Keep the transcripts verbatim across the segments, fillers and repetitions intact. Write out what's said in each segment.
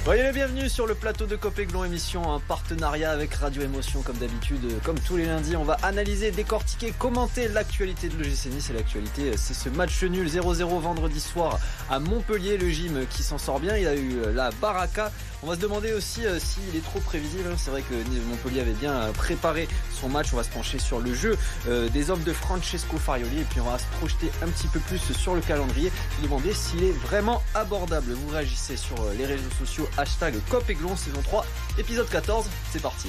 Voyez les bienvenus sur le plateau de Copéglon, émission en partenariat avec Radio Émotion. Comme d'habitude, comme tous les lundis, on va analyser, décortiquer, commenter l'actualité de l'O G C Nice. Et l'actualité, c'est ce match nul zéro zéro vendredi soir à Montpellier. Le gym qui s'en sort bien, il a eu la baraka. On va se demander aussi euh, s'il est trop prévisible. C'est vrai que Montpellier avait bien préparé son match. On va se pencher sur le jeu euh, des hommes de Francesco Farioli. Et puis on va se projeter un petit peu plus sur le calendrier. Se demander s'il est vraiment abordable. Vous réagissez sur les réseaux sociaux. Hashtag Copéglon saison trois, épisode quatorze. C'est parti.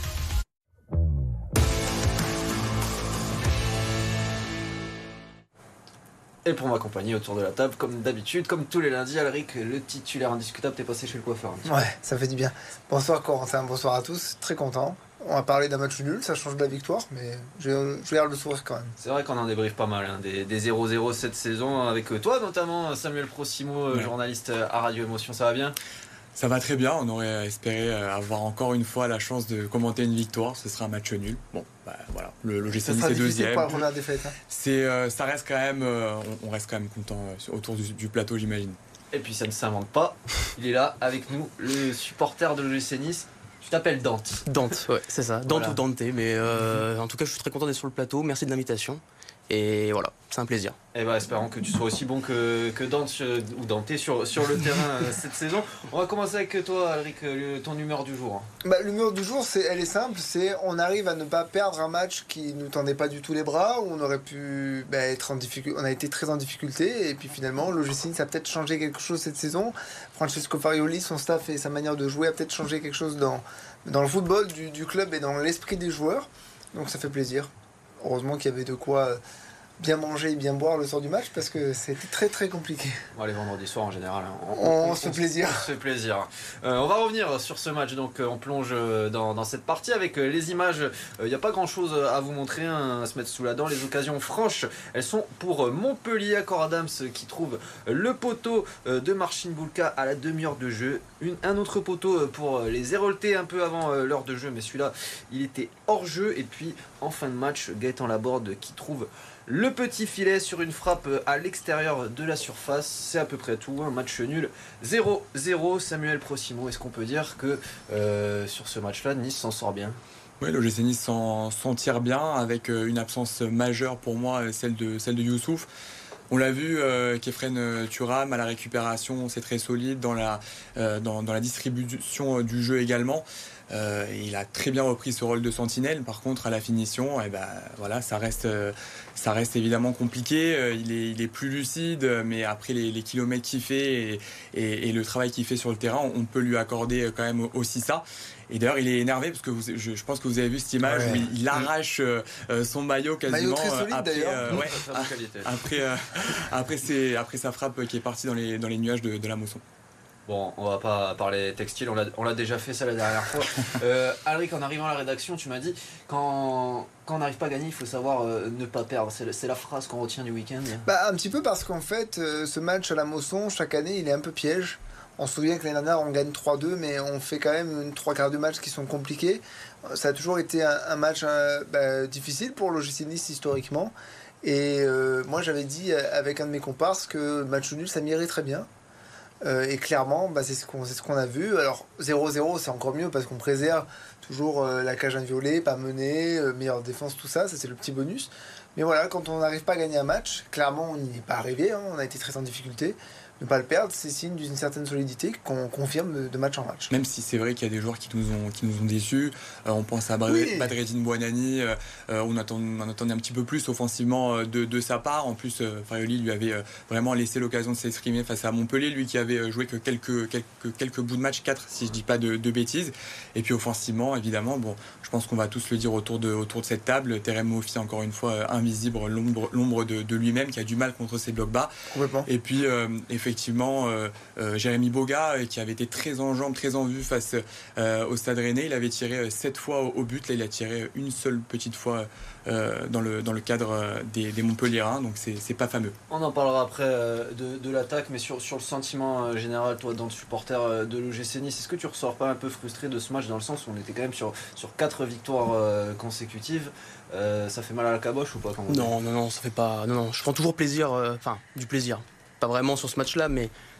Et pour m'accompagner autour de la table, comme d'habitude, comme tous les lundis, Alric, le titulaire indiscutable, t'es passé chez le coiffeur. Ouais, ça fait du bien. Bonsoir Corentin, bonsoir à tous, très content. On va parler d'un match nul, ça change de la victoire, mais je, je garde le sourire quand même. C'est vrai qu'on en débriefe pas mal, hein, des, des zéro zéro cette saison, avec toi notamment, Samuel Prosimo, ouais. journaliste à Radio Émotion, ça va bien ? Ça va très bien, on aurait espéré avoir encore une fois la chance de commenter une victoire, ce sera un match nul. Bon, bah voilà, le l'O G C Nice est deuxième. Pour la première défaite, hein. C'est, euh, ça reste quand même, euh, on, on reste quand même content euh, autour du, du plateau, j'imagine. Et puis ça ne s'invente pas, il est là avec nous, le supporter de l'O G C Nice. Tu t'appelles Dante. Dante, ouais, c'est ça, Dante voilà. ou Dante, mais euh, mm-hmm. en tout cas je suis très content d'être sur le plateau, merci de l'invitation. Et voilà, c'est un plaisir. Et bah, espérons que tu sois aussi bon que, que Dante euh, ou Dante sur, sur le terrain euh, cette saison. On va commencer avec toi, Alric, le, ton humeur du jour. Bah, l'humeur du jour, c'est, elle est simple, c'est on arrive à ne pas perdre un match qui nous tendait pas du tout les bras, où on aurait pu bah, être en difficulté, on a été très en difficulté, et puis finalement, l'O G C Nice a peut-être changé quelque chose cette saison. Francesco Farioli, son staff et sa manière de jouer a peut-être changé quelque chose dans, dans le football du, du club et dans l'esprit des joueurs. Donc ça fait plaisir. Heureusement qu'il y avait de quoi bien manger et bien boire le soir du match parce que c'était très très compliqué. Bon, les vendredis soirs en général, hein. on, on, on se fait plaisir. On se fait plaisir. Euh, on va revenir sur ce match, donc on plonge dans, dans cette partie avec les images. Il n'y a pas grand chose à vous montrer, hein, à se mettre sous la dent. Les occasions franches, elles sont pour Montpellier. Accor Adams qui trouve le poteau de Marcin Bulka à la demi-heure de jeu. Une, un autre poteau pour les Héroltais un peu avant l'heure de jeu, mais celui-là il était hors jeu. Et puis en fin de match, Gaëtan Laborde qui trouve le petit filet sur une frappe à l'extérieur de la surface. C'est à peu près tout, un match nul zéro zéro. Samuel Prosimo, est-ce qu'on peut dire que euh, sur ce match-là, Nice s'en sort bien ? Oui, l'O G C Nice s'en, s'en tire bien avec une absence majeure pour moi, celle de, celle de Youssouf. On l'a vu, euh, Kefren Thuram à la récupération, c'est très solide dans la, euh, dans, dans la distribution du jeu également. Euh, il a très bien repris ce rôle de sentinelle. Par contre, à la finition, eh ben, voilà, ça reste, euh, ça reste évidemment compliqué. Euh, il est, il est plus lucide, mais après les, les kilomètres qu'il fait et, et, et le travail qu'il fait sur le terrain, on peut lui accorder quand même aussi ça. Et d'ailleurs, il est énervé parce que vous, je, je pense que vous avez vu cette image ouais. où il, il arrache euh, son maillot quasiment. Maillot très solide après, d'ailleurs. Euh, ouais, après, euh, après, c'est, après sa frappe qui est partie dans les, dans les nuages de, de la Mosson. Bon, on va pas parler textile, on l'a, on l'a déjà fait ça la dernière fois. Euh, Alric, en arrivant à la rédaction, tu m'as dit quand, quand on n'arrive pas à gagner, il faut savoir euh, ne pas perdre. C'est, c'est la phrase qu'on retient du week-end. Bah, un petit peu parce qu'en fait, euh, ce match à la Mosson, chaque année, il est un peu piège. On se souvient que l'année dernière, on gagne trois deux, mais on fait quand même une trois quarts de match qui sont compliqués. Ça a toujours été un, un match euh, bah, difficile pour l'O G C Nice historiquement. Et euh, moi, j'avais dit avec un de mes comparses que le match nul, ça m'irait très bien. Euh, et clairement, bah, c'est, ce qu'on, c'est ce qu'on a vu. Alors zéro zéro, c'est encore mieux parce qu'on préserve toujours euh, la cage inviolée, pas menée, euh, meilleure défense, tout ça, ça c'est le petit bonus. Mais voilà, quand on n'arrive pas à gagner un match, clairement on n'y est pas arrivé, hein, on a été très en difficulté. Ne pas le perdre, c'est signe d'une certaine solidité qu'on confirme de match en match. Même si c'est vrai qu'il y a des joueurs qui nous ont, qui nous ont déçus, euh, on pense à oui. Badreddine Bouanani, euh, on, attend, on attendait un petit peu plus offensivement de, de sa part. En plus, euh, Farioli lui avait euh, vraiment laissé l'occasion de s'exprimer face à Montpellier, lui qui avait joué que quelques, quelques, quelques bouts de match, quatre si je dis pas de, de bêtises. Et puis offensivement, évidemment, bon, je pense qu'on va tous le dire autour de, autour de cette table. Terem Moffi, encore une fois, invisible, l'ombre, l'ombre de, de lui-même, qui a du mal contre ses blocs bas. Complètement. Et puis, euh, effectivement, Effectivement, euh, euh, Jérémy Boga, euh, qui avait été très en jambes, très en vue face euh, au Stade Rennais, il avait tiré euh, sept fois au, au but. Là, il a tiré une seule petite fois euh, dans, le, dans le cadre des, des Montpelliérains, donc c'est, c'est pas fameux. On en parlera après euh, de, de l'attaque, mais sur, sur le sentiment euh, général, toi, dans le supporter euh, de l'O G C Nice, est-ce que tu ressors pas un peu frustré de ce match, dans le sens où on était quand même sur, sur quatre victoires euh, consécutives? Euh, ça fait mal à la caboche ou pas quand Non, non, non, ça fait pas. Non, non, je prends toujours plaisir, enfin, euh, du plaisir. Pas vraiment sur ce match-là, mais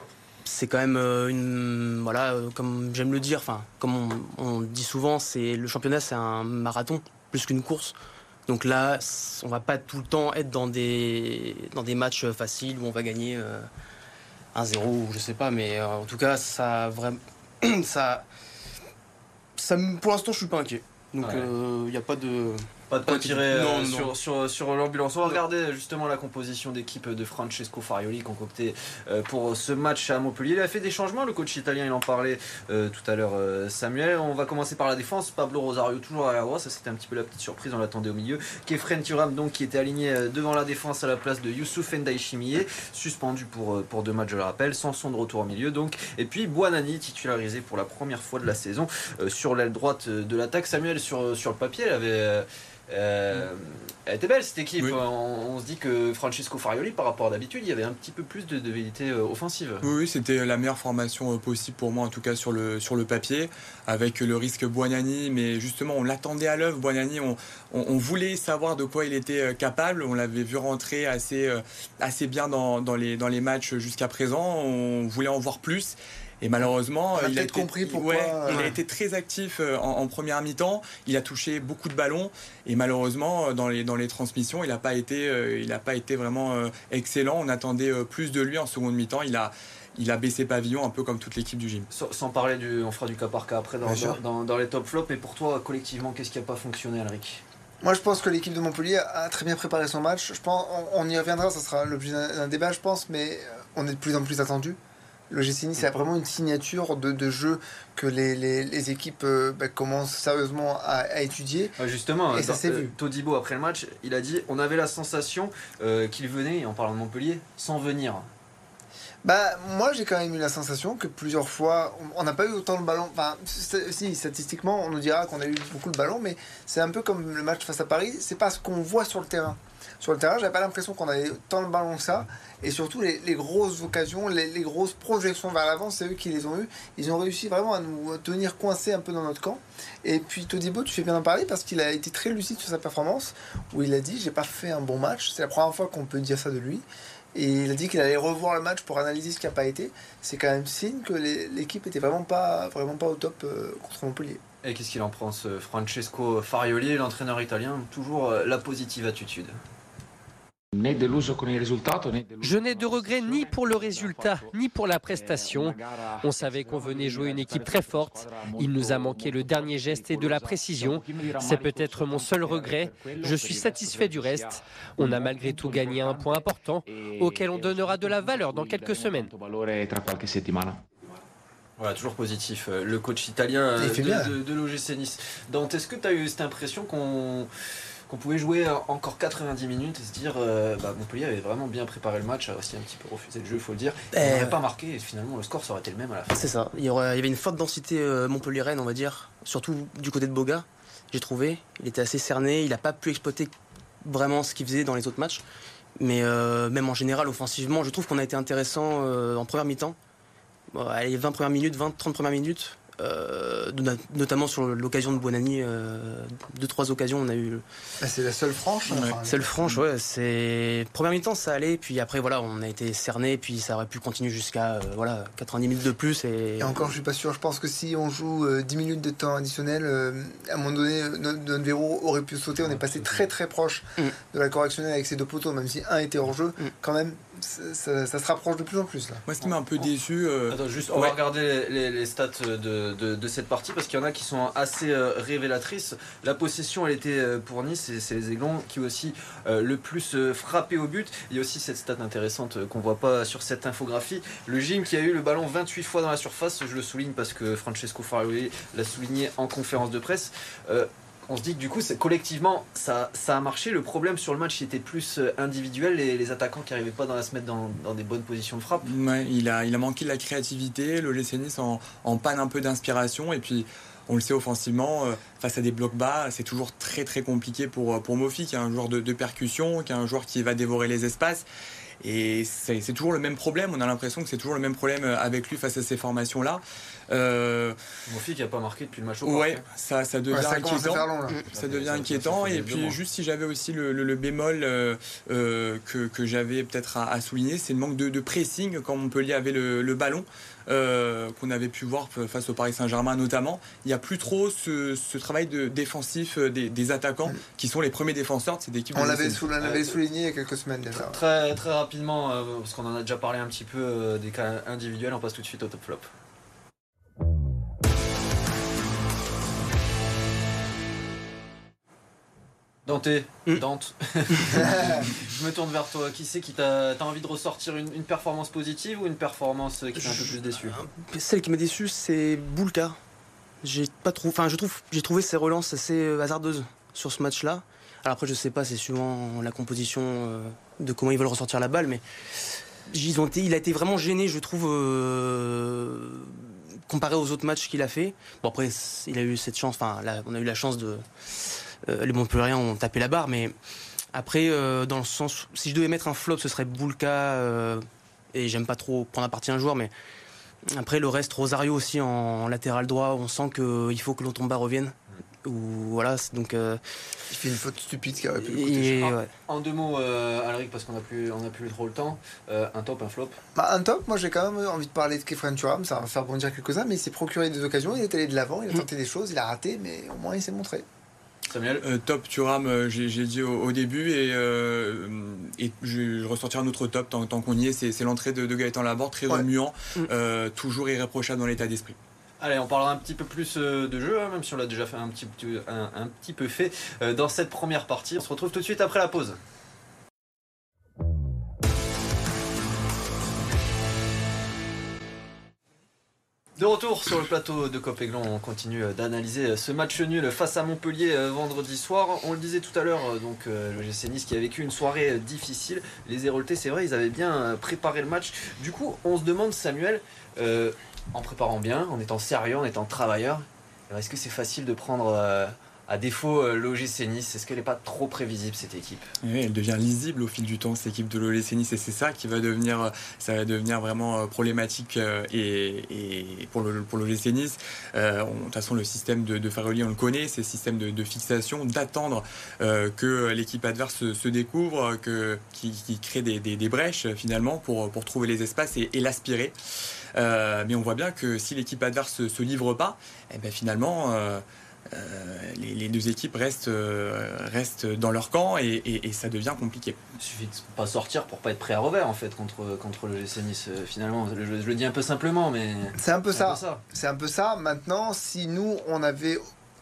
c'est quand même euh, une voilà euh, comme j'aime le dire, enfin comme on, on dit souvent, c'est le championnat, c'est un marathon plus qu'une course. Donc là, on va pas tout le temps être dans des dans des matchs faciles où on va gagner euh, un zéro ou je sais pas, mais euh, en tout cas ça vraiment ça ça pour l'instant je suis pas inquiet. Donc il ouais. n'y euh, a pas de Pas de quoi tirer euh, non, sur, non. sur, sur l'ambulance. On va regarder justement la composition d'équipe de Francesco Farioli concoctée euh, pour ce match à Montpellier. Il a fait des changements, le coach italien, il en parlait euh, tout à l'heure, euh, Samuel. On va commencer par la défense. Pablo Rosario toujours à la droite, ça c'était un petit peu la petite surprise, on l'attendait au milieu. Kefren Thuram donc qui était aligné devant la défense à la place de Youssouf Ndaye-Chimié, suspendu pour, pour deux matchs, je le rappelle. Sanson de retour au milieu donc. Et puis Buonanni titularisé pour la première fois de la saison euh, sur l'aile droite de l'attaque. Samuel, sur, sur le papier, elle avait... Euh, Euh, elle était belle cette équipe. Oui. On, on se dit que Francesco Farioli, par rapport à d'habitude, il y avait un petit peu plus de, de vérité offensive. Oui, oui, c'était la meilleure formation possible pour moi, en tout cas sur le, sur le papier, avec le risque Buonanni. Mais justement, on l'attendait à l'œuvre. Buonanni, on, on, on voulait savoir de quoi il était capable. On l'avait vu rentrer assez, assez bien dans, dans, les, dans les matchs jusqu'à présent. On voulait en voir plus. Et malheureusement, on a il, a été, compris pourquoi, ouais, euh... il a été très actif en, en première mi-temps. Il a touché beaucoup de ballons et malheureusement, dans les, dans les transmissions, il n'a pas été, euh, il n'a pas été vraiment euh, excellent. On attendait euh, plus de lui en seconde mi-temps. Il a, il a baissé pavillon, un peu comme toute l'équipe du gym. Sans, sans parler du, on fera du cas par cas après dans, dans, dans, dans les top flops. Mais pour toi, collectivement, qu'est-ce qui n'a pas fonctionné, Alric ? Moi, je pense que l'équipe de Montpellier a très bien préparé son match. Je pense, on, on y reviendra, ça sera l'objet d'un, d'un débat, je pense, mais on est de plus en plus attendu. Le G C Nice, c'est vraiment une signature de, de jeu que les, les, les équipes euh, bah, commencent sérieusement à, à étudier. Ouais, justement, et ça s'est euh, vu. Todibo, après le match, il a dit on avait la sensation euh, qu'il venait, en parlant de Montpellier, sans venir. Bah, moi, j'ai quand même eu la sensation que plusieurs fois, on n'a pas eu autant le ballon. Enfin, si, statistiquement, on nous dira qu'on a eu beaucoup de ballon, mais c'est un peu comme le match face à Paris, c'est pas ce qu'on voit sur le terrain. Sur le terrain, j'avais pas l'impression qu'on avait tant de ballons que ça. Et surtout, les, les grosses occasions, les, les grosses projections vers l'avant, c'est eux qui les ont eues. Ils ont réussi vraiment à nous tenir coincés un peu dans notre camp. Et puis, Todibo, tu fais bien en parler parce qu'il a été très lucide sur sa performance, où il a dit « j'ai pas fait un bon match ». C'est la première fois qu'on peut dire ça de lui. Et il a dit qu'il allait revoir le match pour analyser ce qui n'a pas été. C'est quand même signe que les, l'équipe était vraiment pas, vraiment pas au top euh, contre Montpellier. Et qu'est-ce qu'il en pense, Francesco Farioli, l'entraîneur italien, toujours euh, la positive attitude. Je n'ai de regrets ni pour le résultat, ni pour la prestation. On savait qu'on venait jouer une équipe très forte. Il nous a manqué le dernier geste et de la précision. C'est peut-être mon seul regret. Je suis satisfait du reste. On a malgré tout gagné un point important, auquel on donnera de la valeur dans quelques semaines. Voilà, toujours positif. Le coach italien de, de, de l'O G C Nice. Dante, est-ce que tu as eu cette impression qu'on... qu'on pouvait jouer encore quatre-vingt-dix minutes et se dire euh, bah, Montpellier avait vraiment bien préparé le match, a aussi un petit peu refusé le jeu, il faut le dire. On n'aurait euh... pas marqué et finalement le score ça aurait été le même à la fin. C'est ça, il y, aurait, il y avait une forte densité euh, montpelliéraine, on va dire, surtout du côté de Boga, j'ai trouvé. Il était assez cerné, il n'a pas pu exploiter vraiment ce qu'il faisait dans les autres matchs. Mais euh, même en général, offensivement, je trouve qu'on a été intéressant euh, en première mi-temps. Bon, allez, vingt premières minutes, vingt trente premières minutes. Euh, notamment sur l'occasion de Buonanni, euh, deux trois occasions on a eu. Ah, c'est la seule franche. Ouais. Enfin, seule franche, ouais. C'est première mi-temps ça allait, puis après voilà on a été cerné, puis ça aurait pu continuer jusqu'à euh, voilà quatre-vingt-dix minutes de plus et. Et encore je suis pas sûr. Je pense que si on joue euh, dix minutes de temps additionnel, euh, à un moment donné notre, notre verrou aurait pu sauter. On est passé très très proche mm. de la correctionnelle avec ces deux poteaux, même si un était hors jeu, mm. quand même. Ça, ça, ça se rapproche de plus en plus là. Moi ce qui m'a un peu déçu. Euh... Attends, juste on ouais. va regarder les, les, les stats de, de, de cette partie parce qu'il y en a qui sont assez euh, révélatrices. La possession elle était euh, pour Nice et c'est les Aiglons qui aussi euh, le plus euh, frappé au but. Il y a aussi cette stat intéressante euh, qu'on voit pas sur cette infographie. Le gym qui a eu le ballon vingt-huit fois dans la surface, je le souligne parce que Francesco Farioli l'a souligné en conférence de presse. Euh, On se dit que du coup, c'est, collectivement, ça, ça a marché. Le problème sur le match, il était plus individuel. Les, les attaquants qui n'arrivaient pas à se mettre dans, dans des bonnes positions de frappe. Ouais, il a, il a manqué de la créativité. Le G C Nice en, en panne un peu d'inspiration. Et puis, on le sait offensivement, euh, face à des blocs bas, c'est toujours très très compliqué pour, pour Mofi, qui est un joueur de, de percussion, qui est un joueur qui va dévorer les espaces. Et c'est, c'est toujours le même problème. On a l'impression que c'est toujours le même problème avec lui face à ces formations-là. Euh, Mofi qui n'a pas marqué depuis le match au ouais, Porto. ça, ça devient Ouais, ça commence à inquiétant. faire long, là. Ça Ça devient fait- ça- inquiétant. ça fait Et deux puis mois. juste si j'avais aussi le, le- le bémol euh, euh, que, que j'avais peut-être à, à souligner, c'est le manque de, de pressing quand Montpellier avait le, le ballon. Euh, qu'on avait pu voir face au Paris Saint-Germain notamment. Il n'y a plus trop ce, ce travail de défensif des, des attaquants qui sont les premiers défenseurs de cette équipe. On de l'avait Marseille. sou- on l'avait souligné il y a quelques semaines déjà. Très, très rapidement, euh, parce qu'on en a déjà parlé un petit peu euh, des cas individuels, on passe tout de suite au top flop. Dante, Mm. Dante, je me tourne vers toi. Qui c'est qui t'a t'as envie de ressortir une, une performance positive ou une performance qui t'a un peu plus déçu? Celle qui m'a déçu, c'est Boulka. J'ai pas trop, enfin, je trouve, j'ai trouvé ses relances assez euh, hasardeuses sur ce match-là. Alors après, je sais pas, c'est suivant la composition euh, de comment ils veulent ressortir la balle, mais ils ont été, il a été vraiment gêné, je trouve, euh, comparé aux autres matchs qu'il a fait. Bon après, il a eu cette chance, enfin, là, on a eu la chance de euh, les Montpelliérains ont tapé la barre, mais après, euh, dans le sens, si je devais mettre un flop, ce serait Boulka. Euh, et j'aime pas trop prendre à partie un joueur, mais après le reste, Rosario aussi en latéral droit, on sent qu'il faut que Lotomba revienne. Ou voilà, c'est donc. Euh, Il fait une faute stupide qui aurait pu le coûter et, cher. ouais. En deux mots, euh, Alric, parce qu'on n'a plus, on a plus trop le temps. Euh, un top, un flop. Bah, un top, moi j'ai quand même envie de parler de Kefren Thuram, ça va faire bondir quelques-uns, mais il s'est procuré des occasions, il est allé de l'avant, il a Mm. tenté des choses, il a raté, mais au moins il s'est montré. Samuel. Euh, top Thuram, euh, j'ai j'ai dit au, au début, et, euh, et je, je ressortirai un autre top tant, tant qu'on y est, c'est c'est l'entrée de, de Gaëtan Laborde, très Ouais. remuant, Mm. euh, toujours irréprochable dans l'état d'esprit. Allez, on parlera un petit peu plus euh, de jeu, hein, même si on l'a déjà fait un petit, un, un petit peu fait euh, dans cette première partie. On se retrouve tout de suite après la pause. De retour sur le plateau de Copéglon, on continue d'analyser ce match nul face à Montpellier vendredi soir. On le disait tout à l'heure, donc le G C Nice qui a vécu une soirée difficile. Les Héroltais, c'est vrai, ils avaient bien préparé le match. Du coup, on se demande, Samuel, euh, en préparant bien, en étant sérieux, en étant travailleur, est-ce que c'est facile de prendre euh, à défaut euh, l'O G C Nice? Est-ce qu'elle n'est pas trop prévisible, cette équipe? Oui, elle devient lisible au fil du temps, cette équipe de l'O G C Nice, et c'est ça qui va devenir, ça va devenir vraiment problématique euh, et, et pour le pour l'O G C Nice. Euh, on- de toute façon, le système de, de Farioli, on le connaît, c'est le système de, de fixation, d'attendre euh, que l'équipe adverse se, se découvre, que qui, qui crée des, des, des brèches finalement pour pour trouver les espaces et, et l'aspirer. Euh, mais on voit bien que si l'équipe adverse se, se livre pas, eh ben finalement. Euh, Euh, les, les deux équipes restent, euh, restent dans leur camp et, et, et ça devient compliqué. Il suffit de pas sortir pour pas être prêt à revers en fait contre, contre le G C Nice euh, finalement. Je, je le dis un peu simplement, mais C'est un peu c'est un ça. peu ça. C'est un peu ça. Maintenant, si nous, on avait,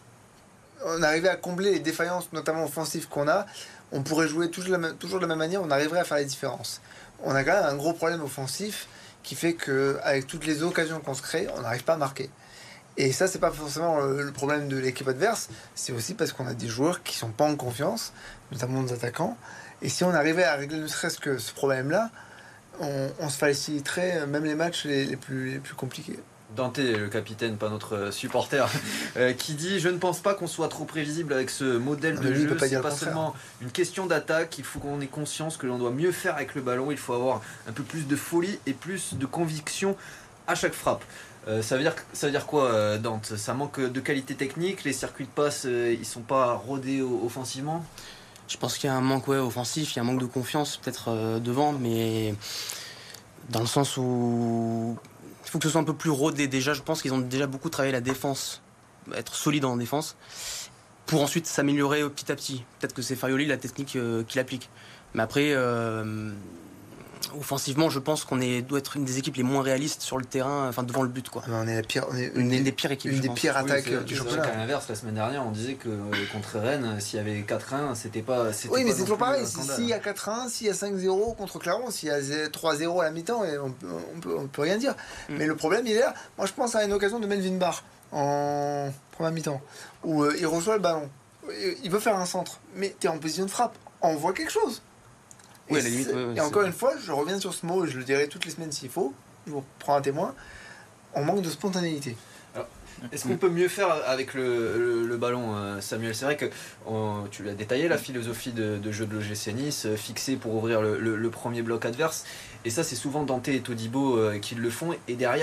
on arrivait à combler les défaillances, notamment offensives qu'on a, on pourrait jouer toujours de, la, même- toujours de la même manière, on arriverait à faire les différences. On a quand même un gros problème offensif qui fait qu'avec toutes les occasions qu'on se crée, on n'arrive pas à marquer. Et ça, c'est pas forcément le, le problème de l'équipe adverse, c'est aussi parce qu'on a des joueurs qui sont pas en confiance, notamment nos attaquants. Et si on arrivait à régler ne serait-ce que ce problème-là, on, on se faciliterait même les matchs les, les plus, les plus compliqués. Dante, le capitaine, pas notre supporter, euh, qui dit: je ne pense pas qu'on soit trop prévisible avec ce modèle Non, de mais lui, il jeu. peut pas C'est dire le pas contraire. seulement une question d'attaque. Il faut qu'on ait conscience que l'on doit mieux faire avec le ballon. Il faut avoir un peu plus de folie et plus de conviction à chaque frappe. Euh, ça veut dire, ça veut dire quoi, euh, Dante? Ça manque de qualité technique. Les circuits de passe, euh, ils sont pas rodés o- offensivement. Je pense qu'il y a un manque ouais, offensif, il y a un manque de confiance peut-être euh, devant, mais dans le sens où il faut que ce soit un peu plus rodé. Déjà, je pense qu'ils ont déjà beaucoup travaillé la défense, être solide en défense, pour ensuite s'améliorer petit à petit. Peut-être que c'est Farioli la technique euh, qu'il applique. Mais après, euh, offensivement, je pense qu'on est, doit être une des équipes les moins réalistes sur le terrain, enfin devant le but. Quoi. Mais on est la pire, on est Une, une, des pires équipes. une je des pense. pires Oui, attaques c'est- euh, du c'est vrai championnat. qu'à l'inverse, la semaine dernière, on disait que euh, contre Rennes, s'il y avait quatre un, c'était pas. c'était Oui, mais pas c'est non toujours plus pareil. un Si- scandale. S'il y a quatre un, s'il y a cinq zéro contre Clermont, s'il y a trois zéro à la mi-temps, et on, peut, on, peut, on peut rien dire. Mm. Mais le problème, il est là. Moi, je pense à une occasion de Melvin Barr en première mi-temps, où euh, il reçoit le ballon. Il veut faire un centre, mais tu es en position de frappe. Envoie quelque chose. Oui, et à la limite, c'est- ouais, ouais, et c'est encore vrai. une fois, je reviens sur ce mot, et je le dirai toutes les semaines s'il faut. Je vous prends un témoin. On manque de spontanéité. Est-ce qu'on peut mieux faire avec le, le- le ballon, euh, Samuel? C'est vrai que on- tu l'as détaillé, la philosophie de, de jeu de l'O G C Nice, euh, fixée pour ouvrir le, le- le premier bloc adverse. Et ça, c'est souvent Dante et Todibo euh, qui le font. Et derrière,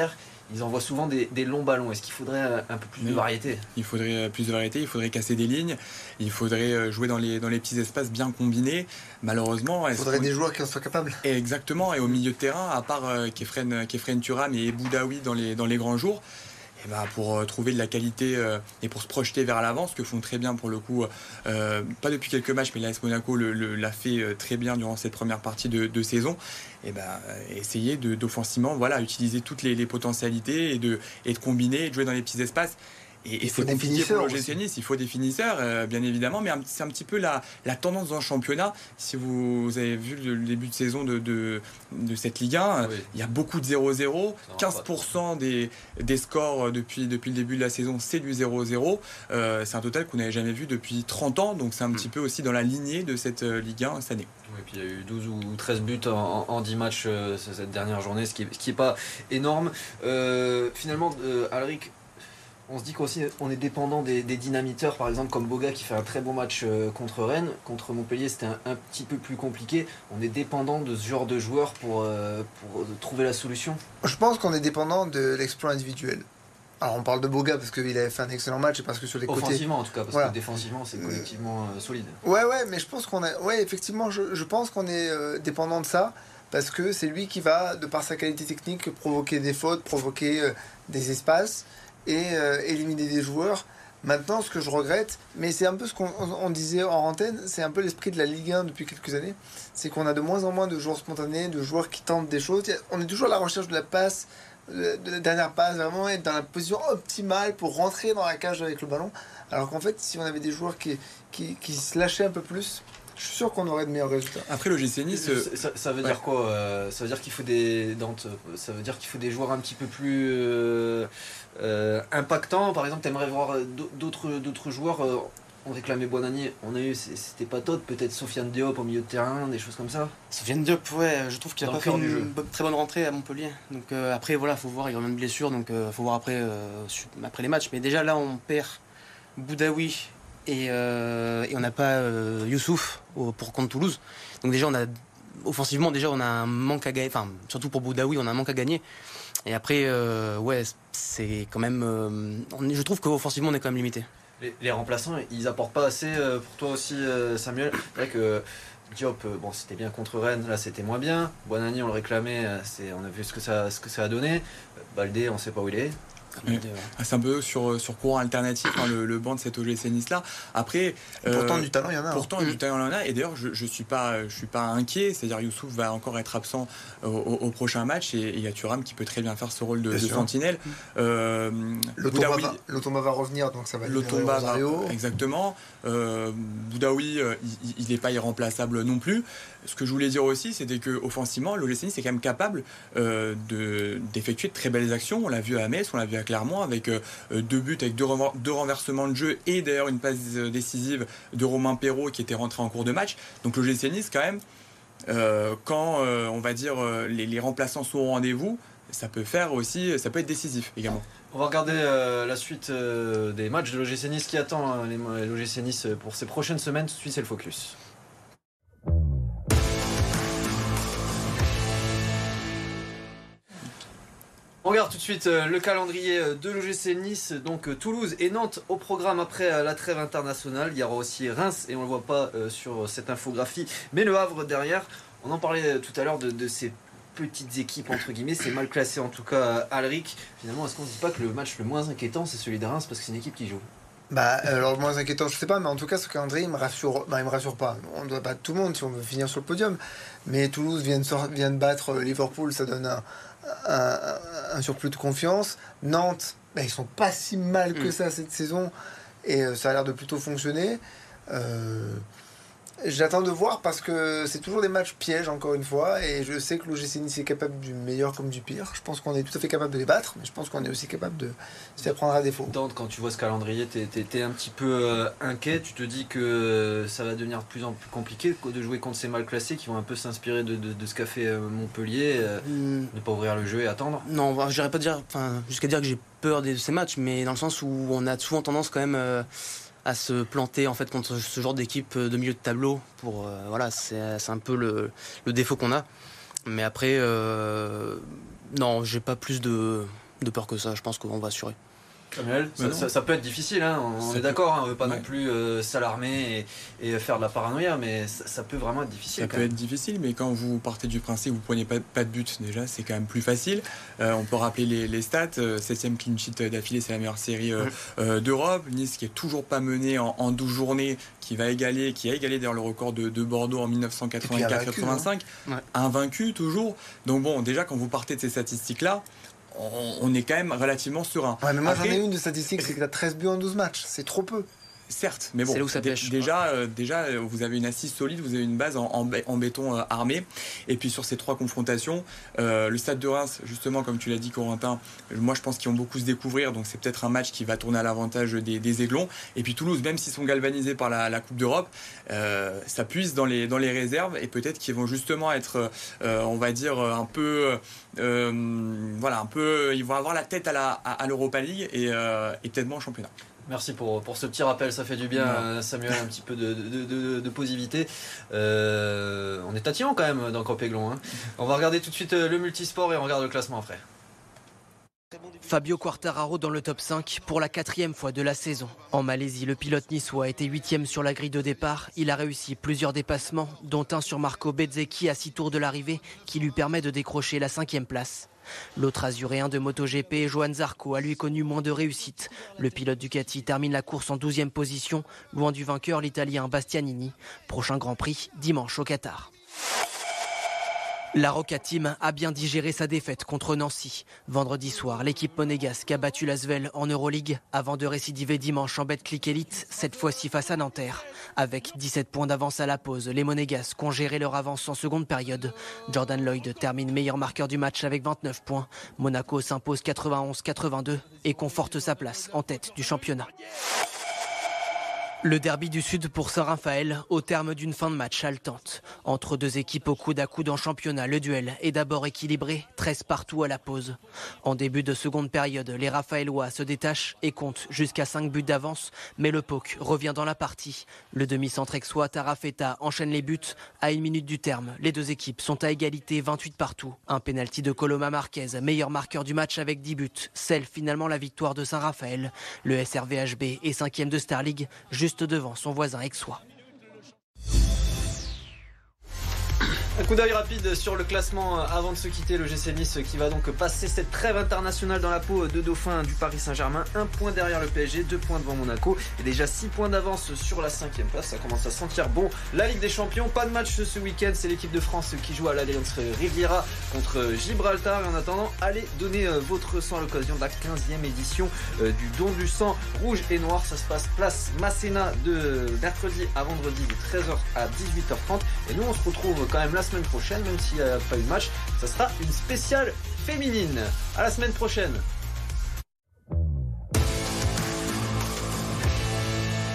ils envoient souvent des, des longs ballons. Est-ce qu'il faudrait un peu plus oui. de variété ? Il faudrait plus de variété, il faudrait casser des lignes, il faudrait jouer dans les, dans les petits espaces bien combinés. Malheureusement... Il faudrait des joueurs qui en soient capables. Et exactement, et au milieu de terrain, à part euh, Kefren, Kefren Thuram et Boudaoui dans les, dans les grands jours, et bah pour euh, trouver de la qualité euh, et pour se projeter vers l'avant, ce que font très bien pour le coup, euh, pas depuis quelques matchs, mais l'A S Monaco le, le, l'a fait euh, très bien durant cette première partie de, de saison. Et bah, essayer de, d'offensivement voilà, utiliser toutes les, les potentialités et de, et de combiner et de jouer dans les petits espaces. Et, et c'est compliqué pour l'O G C Nice, il faut des finisseurs, euh, bien évidemment, mais c'est un petit peu la, la tendance dans le championnat. Si vous, vous avez vu le, le début de saison de, de, de cette Ligue un, oui. Il y a beaucoup de zéro zéro, quinze pour cent des, des scores depuis, depuis le début de la saison, c'est du zéro zéro. Euh, c'est un total qu'on n'avait jamais vu depuis trente ans, donc c'est un mmh. petit peu aussi dans la lignée de cette euh, Ligue un cette année. Oui, et puis il y a eu douze ou treize buts en, en dix matchs euh, cette dernière journée, ce qui n'est pas énorme. Euh, finalement, euh, Alric, on se dit qu'aussi on est dépendant des, des dynamiteurs, par exemple comme Boga qui fait un très bon match euh, contre Rennes. Contre Montpellier, c'était un, un petit peu plus compliqué. On est dépendant de ce genre de joueurs pour, euh, pour trouver la solution. Je pense qu'on est dépendant de l'exploit individuel. Alors on parle de Boga parce qu'il avait fait un excellent match et parce que sur les offensivement, côtés... Offensivement en tout cas, parce voilà. que défensivement c'est collectivement euh, solide. Ouais, ouais, mais je pense qu'on a... Ouais, effectivement, je, je pense qu'on est euh, dépendant de ça parce que c'est lui qui va, de par sa qualité technique, provoquer des fautes, provoquer euh, des espaces et euh, éliminer des joueurs. Maintenant, ce que je regrette, mais c'est un peu ce qu'on on disait en antenne, c'est un peu l'esprit de la Ligue un depuis quelques années, c'est qu'on a de moins en moins de joueurs spontanés, de joueurs qui tentent des choses. On est toujours à la recherche de la passe, de la dernière passe, vraiment être dans la position optimale pour rentrer dans la cage avec le ballon. Alors qu'en fait, si on avait des joueurs qui, qui, qui se lâchaient un peu plus, je suis sûr qu'on aurait de meilleurs résultats. Après l'O G C Nice, euh, ça, ça veut ouais. dire quoi euh, Ça veut dire qu'il faut des Dante, ça veut dire qu'il faut des joueurs un petit peu plus euh, euh, impactants. Par exemple, t'aimerais voir d'autres d'autres joueurs. Euh, on réclamait Boanani, on a eu, c'était pas Todd, peut-être Sofiane Diop au milieu de terrain, des choses comme ça. Sofiane Diop, ouais, je trouve qu'il a Dans pas fait une bonne, très bonne rentrée à Montpellier. Donc euh, après, voilà, faut voir, il revient de blessure, donc euh, faut voir après, euh, après les matchs. Mais déjà là, on perd Boudaoui. Et, euh, et on n'a pas euh, Youssouf au, pour contre Toulouse. Donc déjà, on a offensivement, déjà, on a un manque à gagner. Enfin, surtout pour Boudaoui, on a un manque à gagner. Et après, euh, ouais, c'est quand même. Euh, on est, je trouve qu'offensivement, on est quand même limité. Les, les remplaçants, ils apportent pas assez euh, pour toi aussi, euh, Samuel. C'est vrai que Diop, euh, bon, c'était bien contre Rennes, là, c'était moins bien. Boanani, on le réclamait, euh, c'est, on a vu ce que ça, ce que ça a donné. Baldé, on sait pas où il est. Oui. C'est un peu sur, sur courant alternatif, hein, le, le banc de cet O G C Nice là. Après, pourtant euh, du talent il y en a. Pourtant hein. du talent il y en a. Et d'ailleurs, je je suis pas je suis pas inquiet. C'est-à-dire Youssouf va encore être absent au, au, au prochain match et il y a Thuram qui peut très bien faire ce rôle de, de sentinelle. Euh, Lotomba va, Lotomba va revenir, donc ça va. Lotomba va exactement. Euh, Boudaoui, euh, il n'est pas irremplaçable non plus. Ce que je voulais dire aussi, c'était que offensivement, l'O G C Nice est quand même capable euh, de d'effectuer de très belles actions. On l'a vu à Metz, on l'a vu à Clermont avec euh, deux buts, avec deux, renver- deux renversements de jeu et d'ailleurs une passe décisive de Romain Perrault qui était rentré en cours de match. Donc l'O G C Nice quand même, euh, quand euh, on va dire euh, les, les remplaçants sont au rendez-vous, ça peut faire aussi, ça peut être décisif également. On va regarder euh, la suite euh, des matchs de l'O G C Nice qui attend hein, les, l'O G C Nice pour ces prochaines semaines. Tout de suite, c'est le focus. On regarde tout de suite euh, le calendrier de l'O G C Nice, donc euh, Toulouse et Nantes au programme après euh, la trêve internationale. Il y aura aussi Reims et on ne le voit pas euh, sur cette infographie, mais le Havre derrière. On en parlait tout à l'heure de, de ces petites équipes entre guillemets, c'est mal classé en tout cas Alric. Finalement, est-ce qu'on ne dit pas que le match le moins inquiétant c'est celui de Reims parce que c'est une équipe qui joue? Bah, alors le moins inquiétant, je sais pas, mais en tout cas, ce calendrier, il me rassure. Bah, il me rassure pas. On ne doit pas tout le monde si on veut finir sur le podium. Mais Toulouse vient de, sort... vient de battre Liverpool, ça donne un, un, un surplus de confiance. Nantes, bah, ils sont pas si mal que ça cette saison et euh, ça a l'air de plutôt fonctionner. Euh... J'attends de voir parce que c'est toujours des matchs pièges encore une fois et je sais que l'O G C Nice est capable du meilleur comme du pire. Je pense qu'on est tout à fait capable de les battre, mais je pense qu'on est aussi capable de se faire prendre à défaut. Dante, quand tu vois ce calendrier, t'es, t'es, t'es un petit peu euh, inquiet, tu te dis que ça va devenir de plus en plus compliqué de jouer contre ces mal classés qui vont un peu s'inspirer de, de, de ce qu'a fait Montpellier, euh, mmh. ne pas ouvrir le jeu et attendre. Non, je n'irais pas dire, enfin, jusqu'à dire que j'ai peur de ces matchs, mais dans le sens où on a souvent tendance quand même... Euh, à se planter en fait contre ce genre d'équipe de milieu de tableau pour euh, voilà c'est, c'est un peu le, le défaut qu'on a mais après euh, non j'ai pas plus de de peur que ça, je pense qu'on va assurer. Samuel, ça, ça, ça peut être difficile, hein, on ça est d'accord, hein, on ne veut pas ouais. non plus euh, s'alarmer et, et faire de la paranoïa, mais ça, ça peut vraiment être difficile. Ça peut même. être difficile, mais quand vous partez du principe que vous ne prenez pas, pas de but, déjà, c'est quand même plus facile. Euh, on peut rappeler les, les stats, euh, septième clean sheet d'affilée, c'est la meilleure série euh, mmh. euh, d'Europe. Nice qui est toujours pas mené en, en douze journées, qui va égaler, qui a égalé d'ailleurs le record de, de Bordeaux en dix-neuf cent quatre-vingt-quatre quatre-vingt-cinq, hein. ouais. invaincu toujours. Donc bon, déjà quand vous partez de ces statistiques-là, on est quand même relativement serein. Ouais, mais moi Après, j'en ai une de statistique, c'est que tu as treize buts en douze matchs, c'est trop peu. Certes, mais bon, c'est là où ça pêche, déjà, euh, déjà, vous avez une assise solide, vous avez une base en, en, en béton euh, armé. Et puis sur ces trois confrontations, euh, le Stade de Reims, justement, comme tu l'as dit, Corentin, moi je pense qu'ils vont beaucoup se découvrir, donc c'est peut-être un match qui va tourner à l'avantage des, des Aiglons. Et puis Toulouse, même s'ils sont galvanisés par la, la Coupe d'Europe, euh, ça puise dans les, dans les réserves et peut-être qu'ils vont justement être, euh, on va dire, un peu, euh, voilà, un peu, ils vont avoir la tête à la, à, à l'Europa League et, euh, et peut-être moins en championnat. Merci pour, pour ce petit rappel, ça fait du bien, euh, Samuel, un petit peu de, de, de, de positivité. Euh, on est tatillon quand même dans Camp Aiglon. Hein. On va regarder tout de suite le multisport et on regarde le classement après. Fabio Quartararo dans le top cinq pour la quatrième fois de la saison. En Malaisie, le pilote niçois a été huitième sur la grille de départ. Il a réussi plusieurs dépassements, dont un sur Marco Bezzecchi à six tours de l'arrivée, qui lui permet de décrocher la cinquième place. L'autre azuréen de MotoGP, Johan Zarco, a lui connu moins de réussite. Le pilote Ducati termine la course en douzième position, loin du vainqueur, l'Italien Bastianini. Prochain Grand Prix, dimanche au Qatar. La Roca Team a bien digéré sa défaite contre Nancy. Vendredi soir, l'équipe monégasque a battu l'Asvel en Euroleague avant de récidiver dimanche en Betclic Elite, cette fois-ci face à Nanterre. Avec dix-sept points d'avance à la pause, les monégasques ont géré leur avance en seconde période. Jordan Lloyd termine meilleur marqueur du match avec vingt-neuf points. Monaco s'impose quatre-vingt-onze quatre-vingt-deux et conforte sa place en tête du championnat. Le derby du Sud pour Saint-Raphaël au terme d'une fin de match haletante. Entre deux équipes au coude à coude en championnat, le duel est d'abord équilibré, treize partout à la pause. En début de seconde période, les Raphaélois se détachent et comptent jusqu'à cinq buts d'avance, mais le P O C revient dans la partie. Le demi-centre aixois Tarafeta enchaîne les buts. À une minute du terme, les deux équipes sont à égalité, vingt-huit partout. Un pénalty de Coloma Marquez, meilleur marqueur du match avec dix buts, scelle finalement la victoire de Saint-Raphaël. Le S R V H B est cinquième de Star League, juste devant son voisin aixois. Un coup d'œil rapide sur le classement avant de se quitter. Le G C Nice qui va donc passer cette trêve internationale dans la peau de dauphin du Paris Saint-Germain. Un point derrière le P S G, deux points devant Monaco et déjà six points d'avance sur la cinquième place. Ça commence à sentir bon. La Ligue des Champions, pas de match ce week-end. C'est l'équipe de France qui joue à l'Allianz Riviera contre Gibraltar. Et en attendant, allez donner votre sang à l'occasion de la quinzième édition du don du sang rouge et noir. Ça se passe place Masséna de mercredi à vendredi de treize heures à dix-huit heures trente. Et nous on se retrouve quand même la semaine prochaine, même s'il n'y a pas eu de match, ça sera une spéciale féminine. À la semaine prochaine.